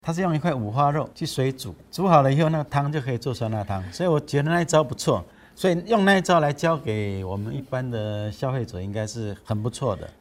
它是用一块五花肉去水煮，煮好了以后，那个汤就可以做酸辣汤。所以我觉得那一招不错，所以用那一招来教给我们一般的消费者，应该是很不错的。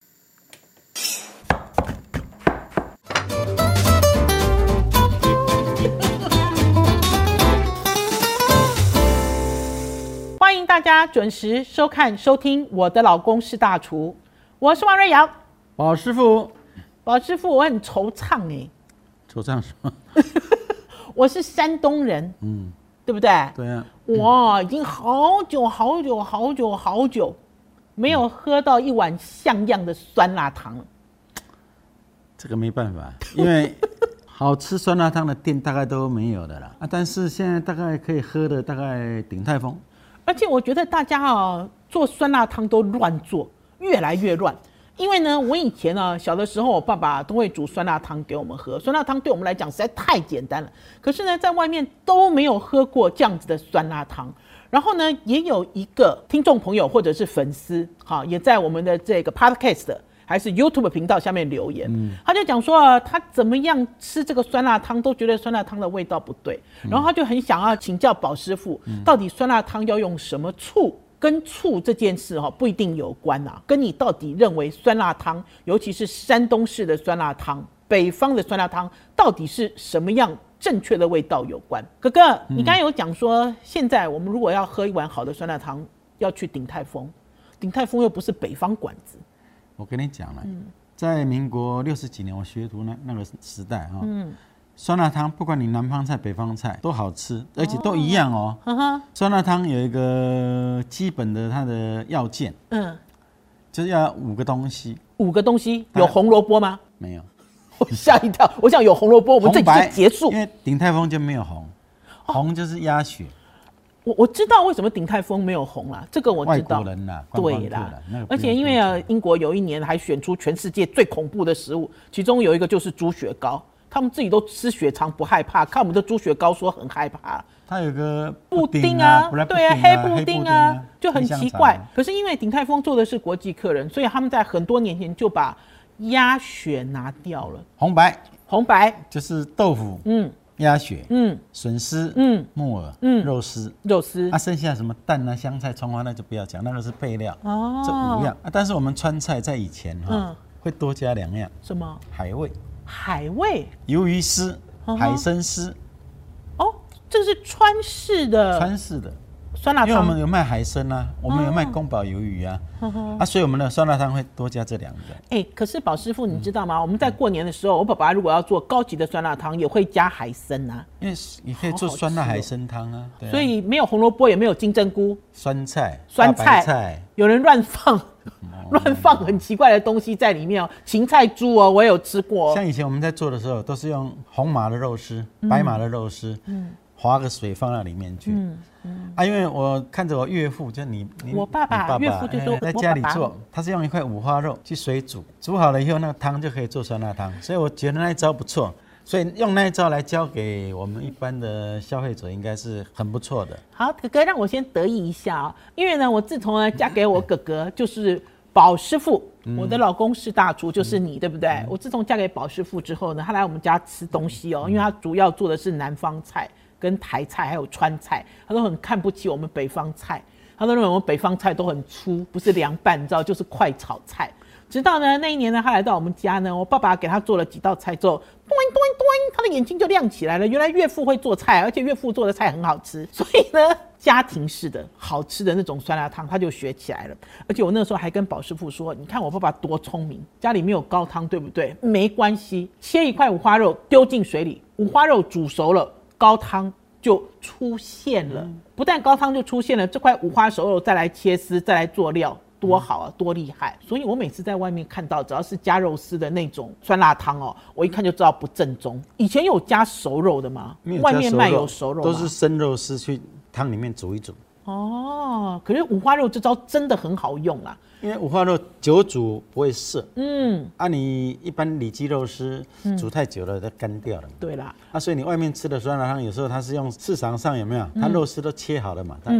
欢迎大家准时收看收听我的老公是大厨，我是王瑞瑶。 宝师傅， 宝师傅，我很惆怅惆怅什么？ 我是山东人，对不对？ 对啊， 我已经好久没有喝到一碗像样的酸辣汤了。 这个没办法，因为好吃酸辣汤的店大概都没有的啦。但是现在大概可以喝的大概鼎泰丰。 而且我觉得大家做酸辣汤都乱做，越来越乱。因为呢，我以前小的时候，我爸爸都会煮酸辣汤给我们喝。酸辣汤对我们来讲实在太简单了，可是呢，在外面都没有喝过这样子的酸辣汤。然后呢，也有一个听众朋友或者是粉丝，也在我们的这个 podcast 还是 YouTube 频道下面留言，他就讲说他怎么样吃这个酸辣汤都觉得酸辣汤的味道不对，然后他就很想要请教宝师傅，到底酸辣汤要用什么醋？跟醋这件事不一定有关跟你到底认为酸辣汤，尤其是山东式的酸辣汤、北方的酸辣汤，到底是什么样正确的味道有关。哥哥，你刚才有讲说，现在我们如果要喝一碗好的酸辣汤，要去鼎泰丰，鼎泰丰又不是北方馆子。 我跟你讲了，在民国60几年我学徒那个时代酸辣汤不管你南方菜北方菜都好吃，而且都一样酸辣汤有一个基本的它的要件，就是要5个东西。 5个东西有红萝卜吗？ 没有， 我吓一跳。我想有红萝卜，我们这集就结束。 因为鼎泰丰就没有红，红就是鸭血。 我知道为什么鼎泰丰没有红啦，这个我知道。 外国人啦， 对啦，而且因为英国有一年还选出全世界最恐怖的食物，其中有一个就是猪血糕。他们自己都吃血肠不害怕，看我们的猪血糕说很害怕。 它有个布丁对啊，黑布丁就很奇怪。可是因为鼎泰丰做的是国际客人，所以他们在很多年前就把鸭血拿掉了。 红白就是豆腐，鸭血，笋丝，木耳，肉丝，剩下什么蛋啊、香菜、葱花那就不要讲，那个是配料。这5样但是我们川菜在以前会多加2样， 什么？ 海味、鱿鱼丝、海参丝。 这个是川式的酸辣汤， 因为我们有卖海参我们有卖宫保鱿鱼所以我们的酸辣汤会多加这2个。 可是宝师傅你知道吗？我们在过年的时候，我爸爸如果要做高级的酸辣汤，也会加海参因为你可以做酸辣海参汤所以没有红萝卜，也没有金针菇， 酸菜， 有人乱放很奇怪的东西在里面芹菜猪我有吃过。 像以前我们在做的时候，都是用红麻的肉丝、白麻的肉丝，划个水放到里面去。因为我看着我岳父，就我爸爸岳父就说在家里做，他是用一块五花肉去水煮，煮好了以后，那个汤就可以做酸辣汤。所以我觉得那一招不错，所以用那一招来教给我们一般的消费者，应该是很不错的。 好，哥哥让我先得意一下因为呢，我自从嫁给我哥哥，就是宝师傅，我的老公是大厨，就是你，对不对？我自从嫁给宝师傅之后呢，他来我们家吃东西因为他主要做的是南方菜、跟台菜还有川菜，他都很看不起我们北方菜，他都认为我们北方菜都很粗，不是凉拌，你知道，就是快炒菜。直到呢那一年呢，他来到我们家呢，我爸爸给他做了几道菜之后，他的眼睛就亮起来了。原来岳父会做菜，而且岳父做的菜很好吃，所以呢，家庭式的好吃的那种酸辣汤，他就学起来了。而且我那时候还跟宝师傅说：“你看我爸爸多聪明，家里没有高汤，对不对？没关系，切一块五花肉丢进水里，五花肉煮熟了，高汤就出现了。不但高汤就出现了，这块五花熟肉再来切丝，再来做料。”多好多厉害！所以我每次在外面看到只要是加肉丝的那种酸辣汤我一看就知道不正宗。以前有加熟肉的吗？外面卖有熟肉吗？ 都是生肉丝去汤里面煮一煮。 可是五花肉这招真的很好用啦， 因为五花肉久煮不会涩。你一般里脊肉丝煮太久了都干掉了。 对啦。 所以你外面吃的酸辣汤有时候它是用市场上有没有？它肉丝都切好了嘛，它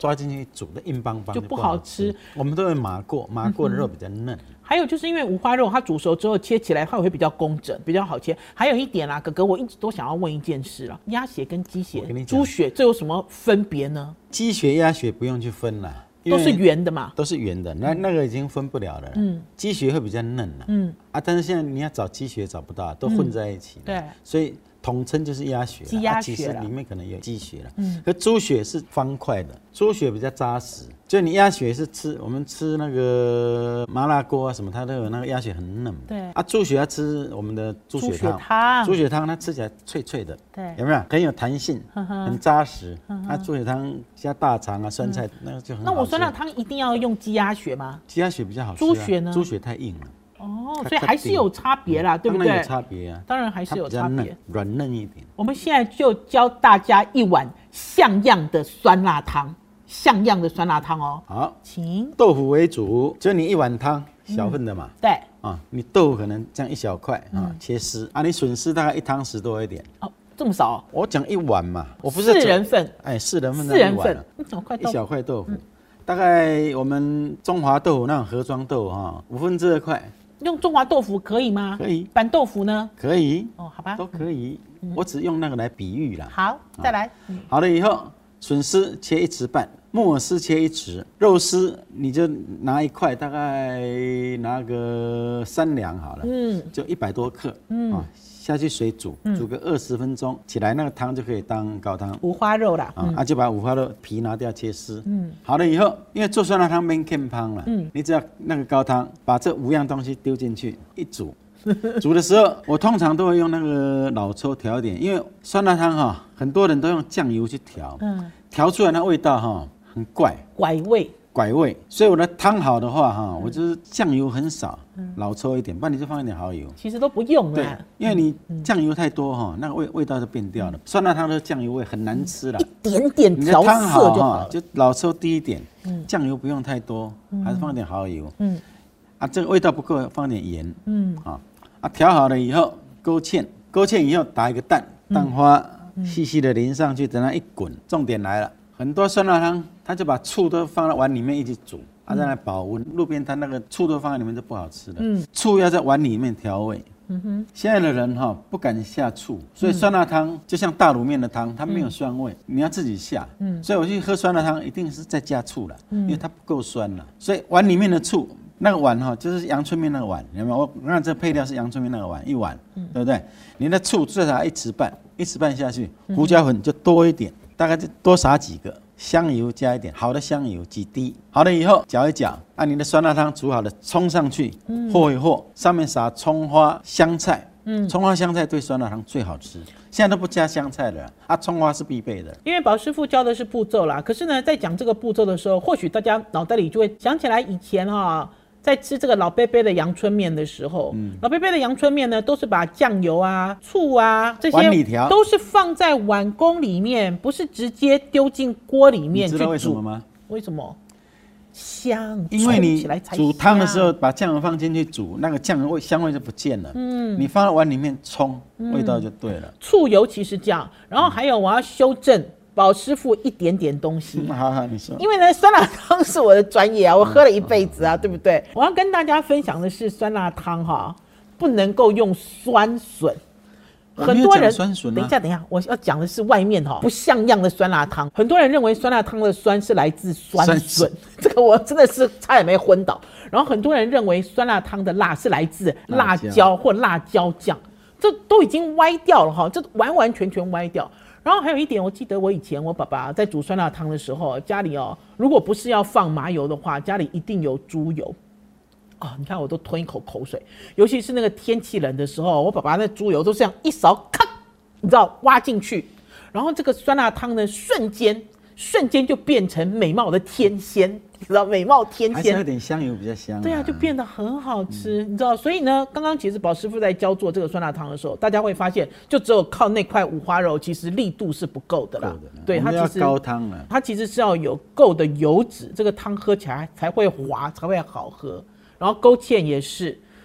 抓进去煮的硬邦邦就不好吃。 我们都会麻过，麻过的肉比较嫩。 还有就是因为五花肉它煮熟之后切起来它会比较工整，比较好切。还有一点啦，哥哥我一直都想要问一件事啦，鸭血跟鸡血、猪血这有什么分别呢？ 鸡血、鸭血不用去分啦。 都是圆的嘛， 都是圆的，那个已经分不了了。鸡血会比较嫩了。但是现在你要找鸡血找不到，都混在一起。 对， 所以统称就是鸭血。 鸡鸭血其实里面可能有鸡血了。可猪血是方块的，猪血比较扎实。就你鸭血是我们吃那个麻辣锅啊什么，它都有那个鸭血很嫩。 对。 猪血要吃我们的猪血汤。猪血汤它吃起来脆脆的， 对， 有没有？很有弹性，很扎实。那猪血汤加大肠啊、酸菜，那个就很好吃。 那我酸辣汤一定要用鸡鸭血吗？ 鸡鸭血比较好吃。 猪血呢？ 猪血太硬了。 所以还是有差别啦，对不对？ 当然有差别啊， 当然还是有差别， 软嫩一点。 我们现在就教大家一碗像样的酸辣汤，像样的酸辣汤哦。 好， 请豆腐为主，就你一碗汤，小份的嘛。 对。 你豆腐可能这样一小块切丝啊，你笋丝大概1汤匙多一点。 这么少？ 我讲一碗嘛，我不是 4人份。 4人份。 4人份， 一小块豆腐，大概我们中华豆腐那种盒装豆腐2/5块。 用中华豆腐可以吗？ 可以。 板豆腐呢？ 可以。 好吧， 都可以。我只用那个来比喻啦。 好，再来。 好了以后，笋丝切1匙半，木耳丝切1匙，肉丝你就拿1块，大概拿个3两好了。就100多克。下去水煮，煮个20分钟，起来那个汤就可以当高汤。 五花肉啦， 就把五花肉皮拿掉切丝。好了以后，因为做酸辣汤免欠汤了，你只要那个高汤，把这5样东西丢进去一煮。煮的时候，我通常都会用那个老抽调一点，因为酸辣汤很多人都用酱油去调，调出来那味道很怪，拐味，所以我的汤好的话我就是酱油很少，老抽一点，不然你就放一点蚝油。 其实都不用了， 对，因为你酱油太多那个味道就变掉了。酸辣汤的酱油味很难吃了， 一点点调色就好了。 就老抽滴一点，酱油不用太多，还是放一点蚝油。这个味道不够，放点盐。调好了以后勾芡以后打一个蛋花，细细的淋上去，等它一滚。重点来了。很多酸辣汤，他就把醋都放在碗里面一起煮，再来保温。路边摊那个醋都放在里面就不好吃了。醋要在碗里面调味。现在的人不敢下醋，所以酸辣汤就像大卤面的汤，它没有酸味，你要自己下。所以我去喝酸辣汤一定是再加醋了，因为它不够酸了。所以碗里面的醋，那个碗就是阳春面那个碗，有没有？我看这配料是阳春面那个碗1碗，对不对？你的醋最少1匙半下去，胡椒粉就多一点。大概就多撒几个，香油加一点，好的香油几滴。好了以后搅一搅，你的酸辣汤煮好了，冲上去和一和，上面撒葱花、香菜。葱花香菜对酸辣汤最好吃。现在都不加香菜了葱花是必备的。 因为宝师傅教的是步骤啦，可是呢，在讲这个步骤的时候，或许大家脑袋里就会想起来以前在吃这个老伯伯的阳春面的时候，老伯伯的阳春面呢，都是把酱油啊、醋啊这些都是放在碗公里面，不是直接丢进锅里面去煮。 你知道为什么吗？ 为什么？香， 因为你煮汤的时候把酱油放进去煮，那个酱油味香味就不见了。你放在碗里面冲，味道就对了。 醋尤其是这样，然后还有我要修正。宝师傅一点点东西， 好，你说。 因为呢，酸辣汤是我的专业我喝了一辈子对不对？我要跟大家分享的是酸辣汤不能够用酸笋。很多人，等一下，我要讲的是外面不像样的酸辣汤。很多人认为酸辣汤的酸是来自酸笋，这个我真的是差点没昏倒。然后很多人认为酸辣汤的辣是来自辣椒或辣椒酱，这都已经歪掉了这完完全全歪掉。然后还有一点，我记得我以前我爸爸在煮酸辣汤的时候，家里如果不是要放麻油的话，家里一定有猪油。你看我都吞一口口水，尤其是那个天气冷的时候，我爸爸那猪油都是这样一勺，咔，你知道挖进去，然后这个酸辣汤呢，瞬间就变成美貌的天仙。你知道美貌天仙， 还是有点香油比较香。 对就变得很好吃，你知道。所以呢，刚刚其实宝师傅在教做这个酸辣汤的时候，大家会发现，就只有靠那块五花肉，其实力度是不够的啦。 对，它其实高汤了， 它其实是要有够的油脂，这个汤喝起来才会滑，才会好喝。然后勾芡也是，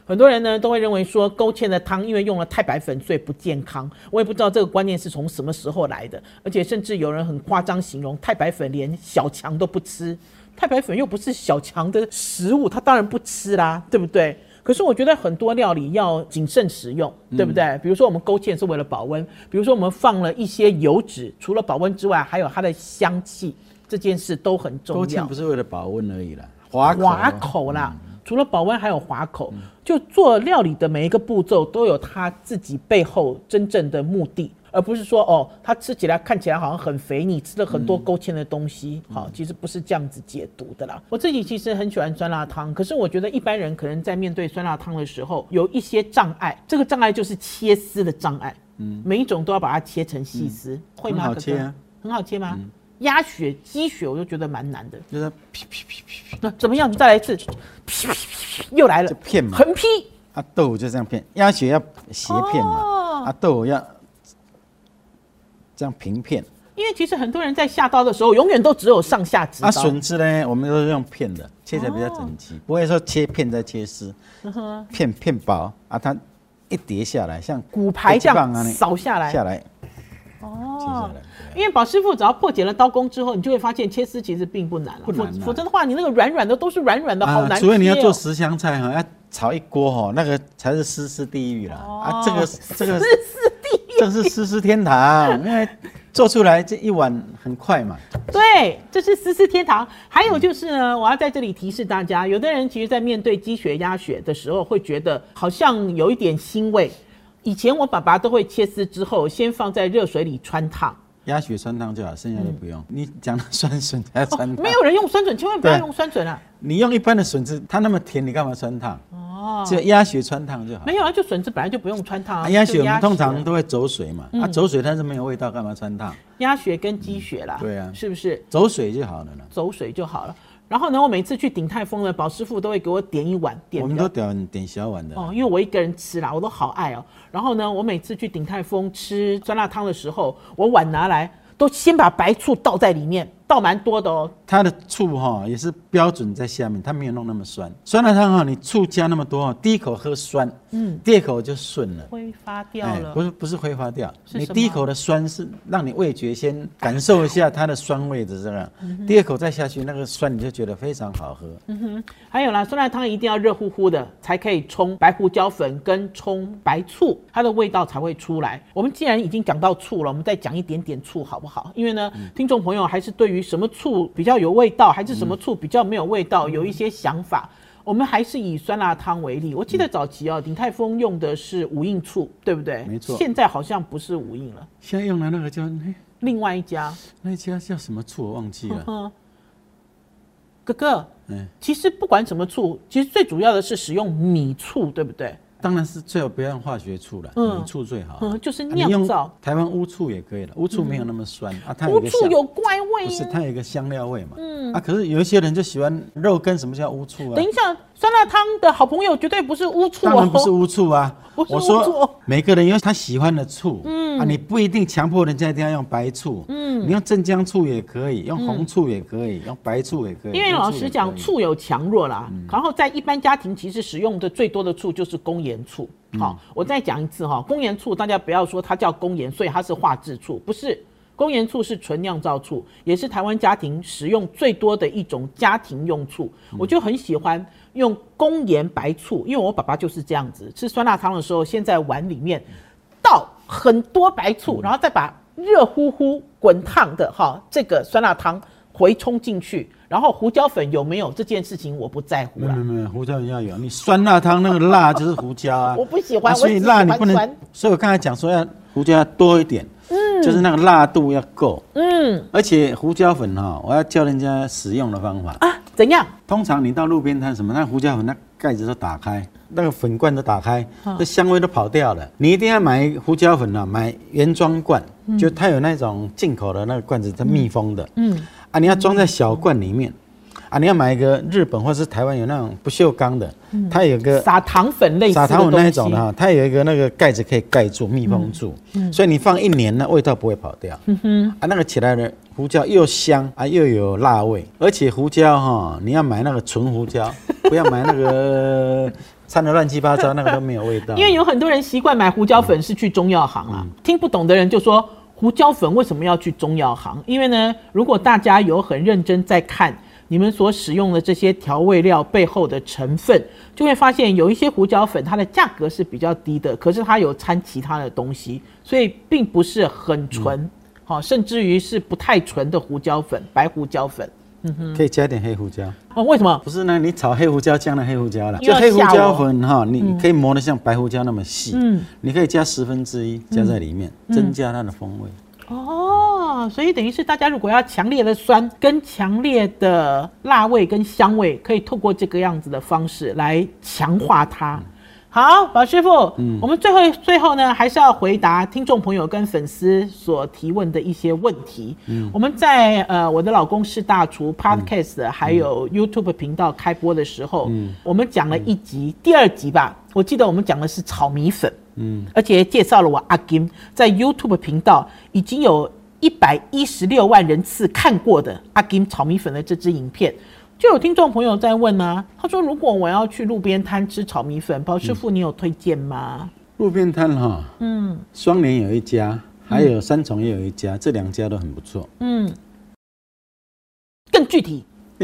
很多人呢都会认为说勾芡的汤因为用了太白粉所以不健康，我也不知道这个观念是从什么时候来的，而且甚至有人很夸张形容太白粉连小强都不吃，太白粉又不是小强的食物，他当然不吃啦，对不对？可是我觉得很多料理要谨慎食用，对不对？比如说我们勾芡是为了保温，比如说我们放了一些油脂，除了保温之外，还有它的香气，这件事都很重要。 勾芡不是为了保温而已啦， 滑口啦。除了保温还有滑口，就做料理的每一个步骤都有它自己背后真正的目的，而不是说哦，它吃起来看起来好像很肥，你吃了很多勾芡的东西，好，其实不是这样子解读的啦。我自己其实很喜欢酸辣汤，可是我觉得一般人可能在面对酸辣汤的时候有一些障碍，这个障碍就是切丝的障碍，每一种都要把它切成细丝，会吗？ 很好切啊， 很好切吗？鸭血、鸡血，我就觉得蛮难的。 就是那怎么样？你再来一次，又来了， 片嘛， 横劈。 啊，豆腐就这样片，鸭血要斜片嘛，啊，豆腐要这样平片。 因为其实很多人在下刀的时候，永远都只有上下直刀。 笋子呢，我们都是用片的，切起来比较整齐，不会说切片再切丝，片薄啊，它一叠下来，像骨牌这样扫下来。 哦， 因为宝师傅只要破解了刀工之后，你就会发现切丝其实并不难了。否则的话，你那个软软的都是软软的，好难切。 除非你要做十香菜哈，要炒一锅哈，那个才是丝丝地狱啦。啊，这个丝丝地狱， 这是丝丝天堂，因为做出来这一碗很快嘛。 对，这是丝丝天堂。还有就是呢，我要在这里提示大家，有的人其实在面对鸡血、鸭血的时候，会觉得好像有一点腥味。以前我爸爸都会切丝之后，先放在热水里汆烫。 鸭血汆烫就好，剩下的不用。你讲的酸笋才要汆烫， 没有人用酸笋，千万不要用酸笋啊！ 你用一般的笋子，它那么甜，你干嘛汆烫？只有鸭血汆烫就好。 没有啊，就笋子本来就不用汆烫啊。 鸭血我们通常都会走水嘛，走水它是没有味道，干嘛汆烫？ 鸭血跟鸡血啦， 对啊， 是不是？ 走水就好了呢。 走水就好了。然后呢，我每次去鼎泰丰呢，宝师傅都会给我点一碗， 我们都点小碗的哦，因为我一个人吃啦，我都好爱哦。然后呢，我每次去鼎泰丰吃酸辣汤的时候，我碗拿来都先把白醋倒在里面，倒蛮多的哦。 它的醋哈也是标准在下面，它没有弄那么酸。酸辣汤哈，你醋加那么多，第一口喝酸，第二口就顺了， 挥发掉了。 不是挥发掉，你第一口的酸是让你味觉先感受一下它的酸味的这样，第二口再下去那个酸你就觉得非常好喝。 还有啦，酸辣汤一定要热乎乎的，才可以冲白胡椒粉跟冲白醋，它的味道才会出来。我们既然已经讲到醋了，我们再讲一点点醋好不好？因为呢，听众朋友还是对于什么醋比较有味道，还是什么醋比较没有味道，有一些想法。我们还是以酸辣汤为例，我记得早期鼎泰丰用的是无印醋，对不对？ 没错。 现在好像不是无印了， 现在用的那个叫另外一家， 那一家叫什么醋我忘记了。 哥哥，其实不管什么醋，其实最主要的是使用米醋，对不对？ 当然是最好不要用化学醋了，米醋最好。 就是酿造。 台湾乌醋也可以了，乌醋没有那么酸啊，它乌醋有怪味， 不是它有一个香料味嘛。可是有一些人就喜欢肉羹，什么叫乌醋啊？ 等一下，酸辣汤的好朋友绝对不是乌醋， 当然不是乌醋啊。 我说每个人有他喜欢的醋，你不一定强迫人家一定要用白醋，你用镇江醋也可以，用红醋也可以，用白醋也可以。 因为老实讲，醋有强弱啦。然后在一般家庭，其实使用的最多的醋就是工盐醋。好，我再讲一次哈，工盐醋大家不要说它叫工盐，所以它是化制醋，不是。工盐醋是纯酿造醋，也是台湾家庭使用最多的一种家庭用醋。我就很喜欢用工盐白醋，因为我爸爸就是这样子，吃酸辣汤的时候，先在碗里面倒很多白醋，然后再把热乎乎滚烫的这个酸辣汤回冲进去。然后胡椒粉有没有这件事情我不在乎了。 没有，胡椒粉要有。你酸辣汤那个辣就是胡椒啊。 我不喜欢， 所以辣你不能。所以我刚才讲说要胡椒要多一点，就是那个辣度要够。而且胡椒粉我要教人家使用的方法啊，怎样？ 通常你到路边摊什么，那胡椒粉那盖子都打开，那个粉罐都打开，这香味都跑掉了。你一定要买胡椒粉买原装罐，就它有那种进口的那个罐子，它密封的。你要装在小罐里面你要买一个日本或是台湾有那种不锈钢的，它有个撒糖粉类似的撒糖粉那一种的它有一个那个盖子可以盖住密封住，所以你放1年那味道不会跑掉。那个起来的胡椒又香又有辣味，而且胡椒你要买那个纯胡椒，不要买那个掺得乱七八糟，那个都没有味道。 因为有很多人习惯买胡椒粉是去中药行啊，听不懂的人就说胡椒粉为什么要去中药行？因为呢，如果大家有很认真在看你们所使用的这些调味料背后的成分，就会发现有一些胡椒粉它的价格是比较低的，可是它有掺其他的东西，所以并不是很纯，甚至于是不太纯的胡椒粉，白胡椒粉。 可以加点黑胡椒为什么？ 不是呢？你炒黑胡椒酱的黑胡椒啦， 就黑胡椒粉你可以磨得像白胡椒那么细，你可以加1/10加在里面，增加它的风味。 所以等于是大家如果要强烈的酸跟强烈的辣味跟香味，可以透过这个样子的方式来强化它。好，宝师傅，我们最后呢，还是要回答听众朋友跟粉丝所提问的一些问题。我们在我的老公是大厨 Podcast 还有 YouTube 频道开播的时候，我们讲了一集，第2集吧，我记得我们讲的是炒米粉，而且介绍了我阿金在 YouTube 频道已经有116万人次看过的阿金炒米粉的这支影片。就有听众朋友在问啊，他说如果我要去路边摊吃炒米粉，宝师傅你有推荐吗？ 路边摊双连有一家，还有三重也有一家，这2家都很不错。 更具体，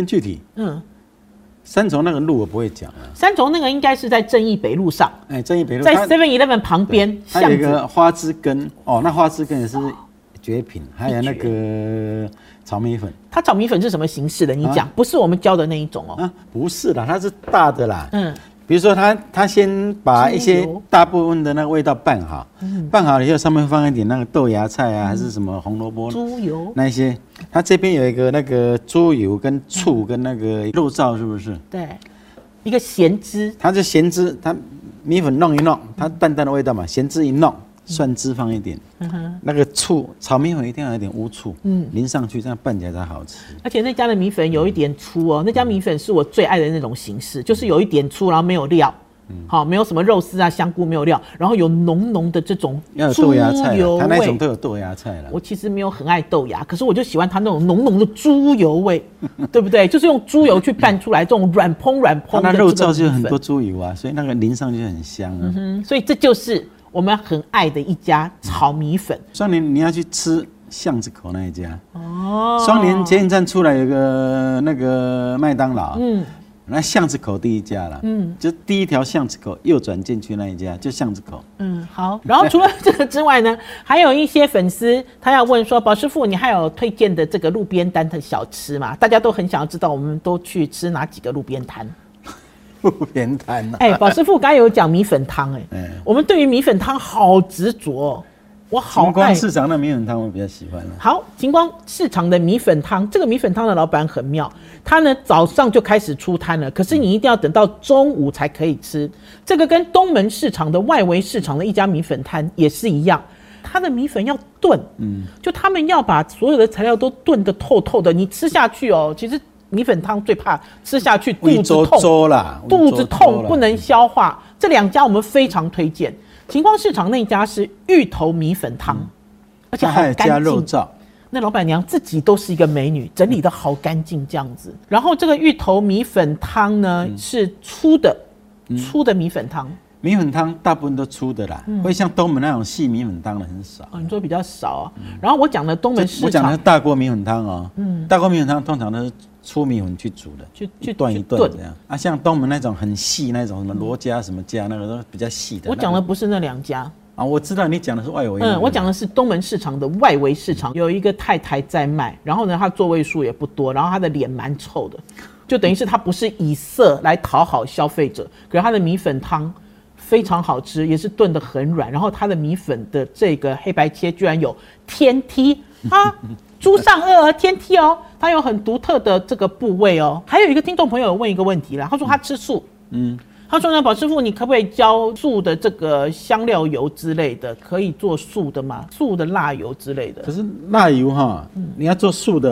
三重那个路我不会讲了。 三重那个应该是在正义北路上， 正义北路在 7-Eleven 旁边， 它有一个花枝羹那花枝羹也是绝品，还有那个炒米粉。 它炒米粉是什么形式的？你讲，不是我们教的那一种不是啦，它是大的啦。比如说他先把一些大部分的那个味道拌好，拌好了以后上面放一点那个豆芽菜啊，还是什么红萝卜、 猪油那一些。它这边有一个那个猪油跟醋跟那个肉燥，是不是？ 对，一个咸汁。它就咸汁，它米粉弄一弄，它淡淡的味道嘛，咸汁一弄。蒜汁放一点，那个醋，炒米粉一定要有点乌醋，淋上去，这样拌起来才好吃。 而且那家的米粉有一点粗那家米粉是我最爱的那种形式，就是有一点粗，然后没有料，没有什么肉丝啊、香菇没有料，然后有浓浓的这种猪油味，它那种都有豆芽菜了。 我其实没有很爱豆芽，可是我就喜欢它那种浓浓的猪油味，对不对？就是用猪油去拌出来这种软蓬的。它那肉燥就有很多猪油啊，所以那个淋上去就很香所以这就是我们很爱的一家炒米粉。 双连你要去吃巷子口那一家双连捷运站出来有个那个麦当劳，那巷子口第一家啦，就第一条巷子口右转进去那一家，就巷子口。 好。然后除了这个之外呢，还有一些粉丝他要问说，宝师傅你还有推荐的这个路边摊的小吃吗？大家都很想要知道，我们都去吃哪几个路边摊？ 路边摊宝师傅刚才有讲米粉汤我们对于米粉汤好执着我好爱。 晴光市场的米粉汤我比较喜欢好，晴光市场的米粉汤，这个米粉汤的老板很妙，他呢早上就开始出摊了，可是你一定要等到中午才可以吃。这个跟东门市场的外围市场的一家米粉摊也是一样，他的米粉要炖，就他们要把所有的材料都炖得透透的，你吃下去其实米粉汤最怕吃下去肚子痛不能消化。这2家我们非常推荐。晴光市场那家是芋头米粉汤，而且好干净， 加肉燥。 那老板娘自己都是一个美女，整理得好干净这样子。然后这个芋头米粉汤呢是粗的米粉汤。 米粉汤大部分都粗的啦，会像东门那种细米粉汤的很少。 你说比较少然后我讲的东门市场， 我讲的是大锅米粉汤大锅米粉汤通常都是粗米粉去煮的，去炖一炖这样像东门那种很细那种什么罗家什么家那个都比较细的。 我讲的不是那2家我知道你讲的是外围。 我讲的是东门市场的外围市场，有一个太太在卖，然后呢，她座位数也不多，然后她的脸蛮臭的，就等于是她不是以色来讨好消费者，可是她的米粉汤非常好吃，也是炖得很软，然后它的米粉的这个黑白切居然有天梯猪上颚天梯它有很独特的这个部位还有一个听众朋友问一个问题啦，他说他吃素，他说呢，宝师傅你可不可以教素的这个香料油之类的，可以做素的吗？素的辣油之类的。 可是辣油你要做素的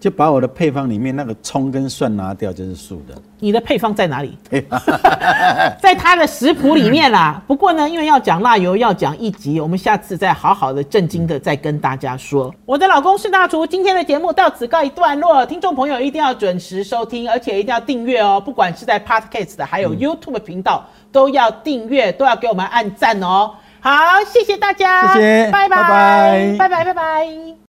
就把我的配方里面那个葱跟蒜拿掉，就是素的。 你的配方在哪里？在他的食谱里面啦。不过呢，因为要讲辣油，要讲一集，我们下次再好好的正经的再跟大家说。我的老公是大厨，今天的节目到此告一段落，听众朋友一定要准时收听，而且一定要订阅哦，不管是在 Podcast 的还有 YouTube 频道，都要订阅，都要给我们按赞哦。好，谢谢大家， 谢谢， 拜拜， 拜拜， 拜拜，拜拜。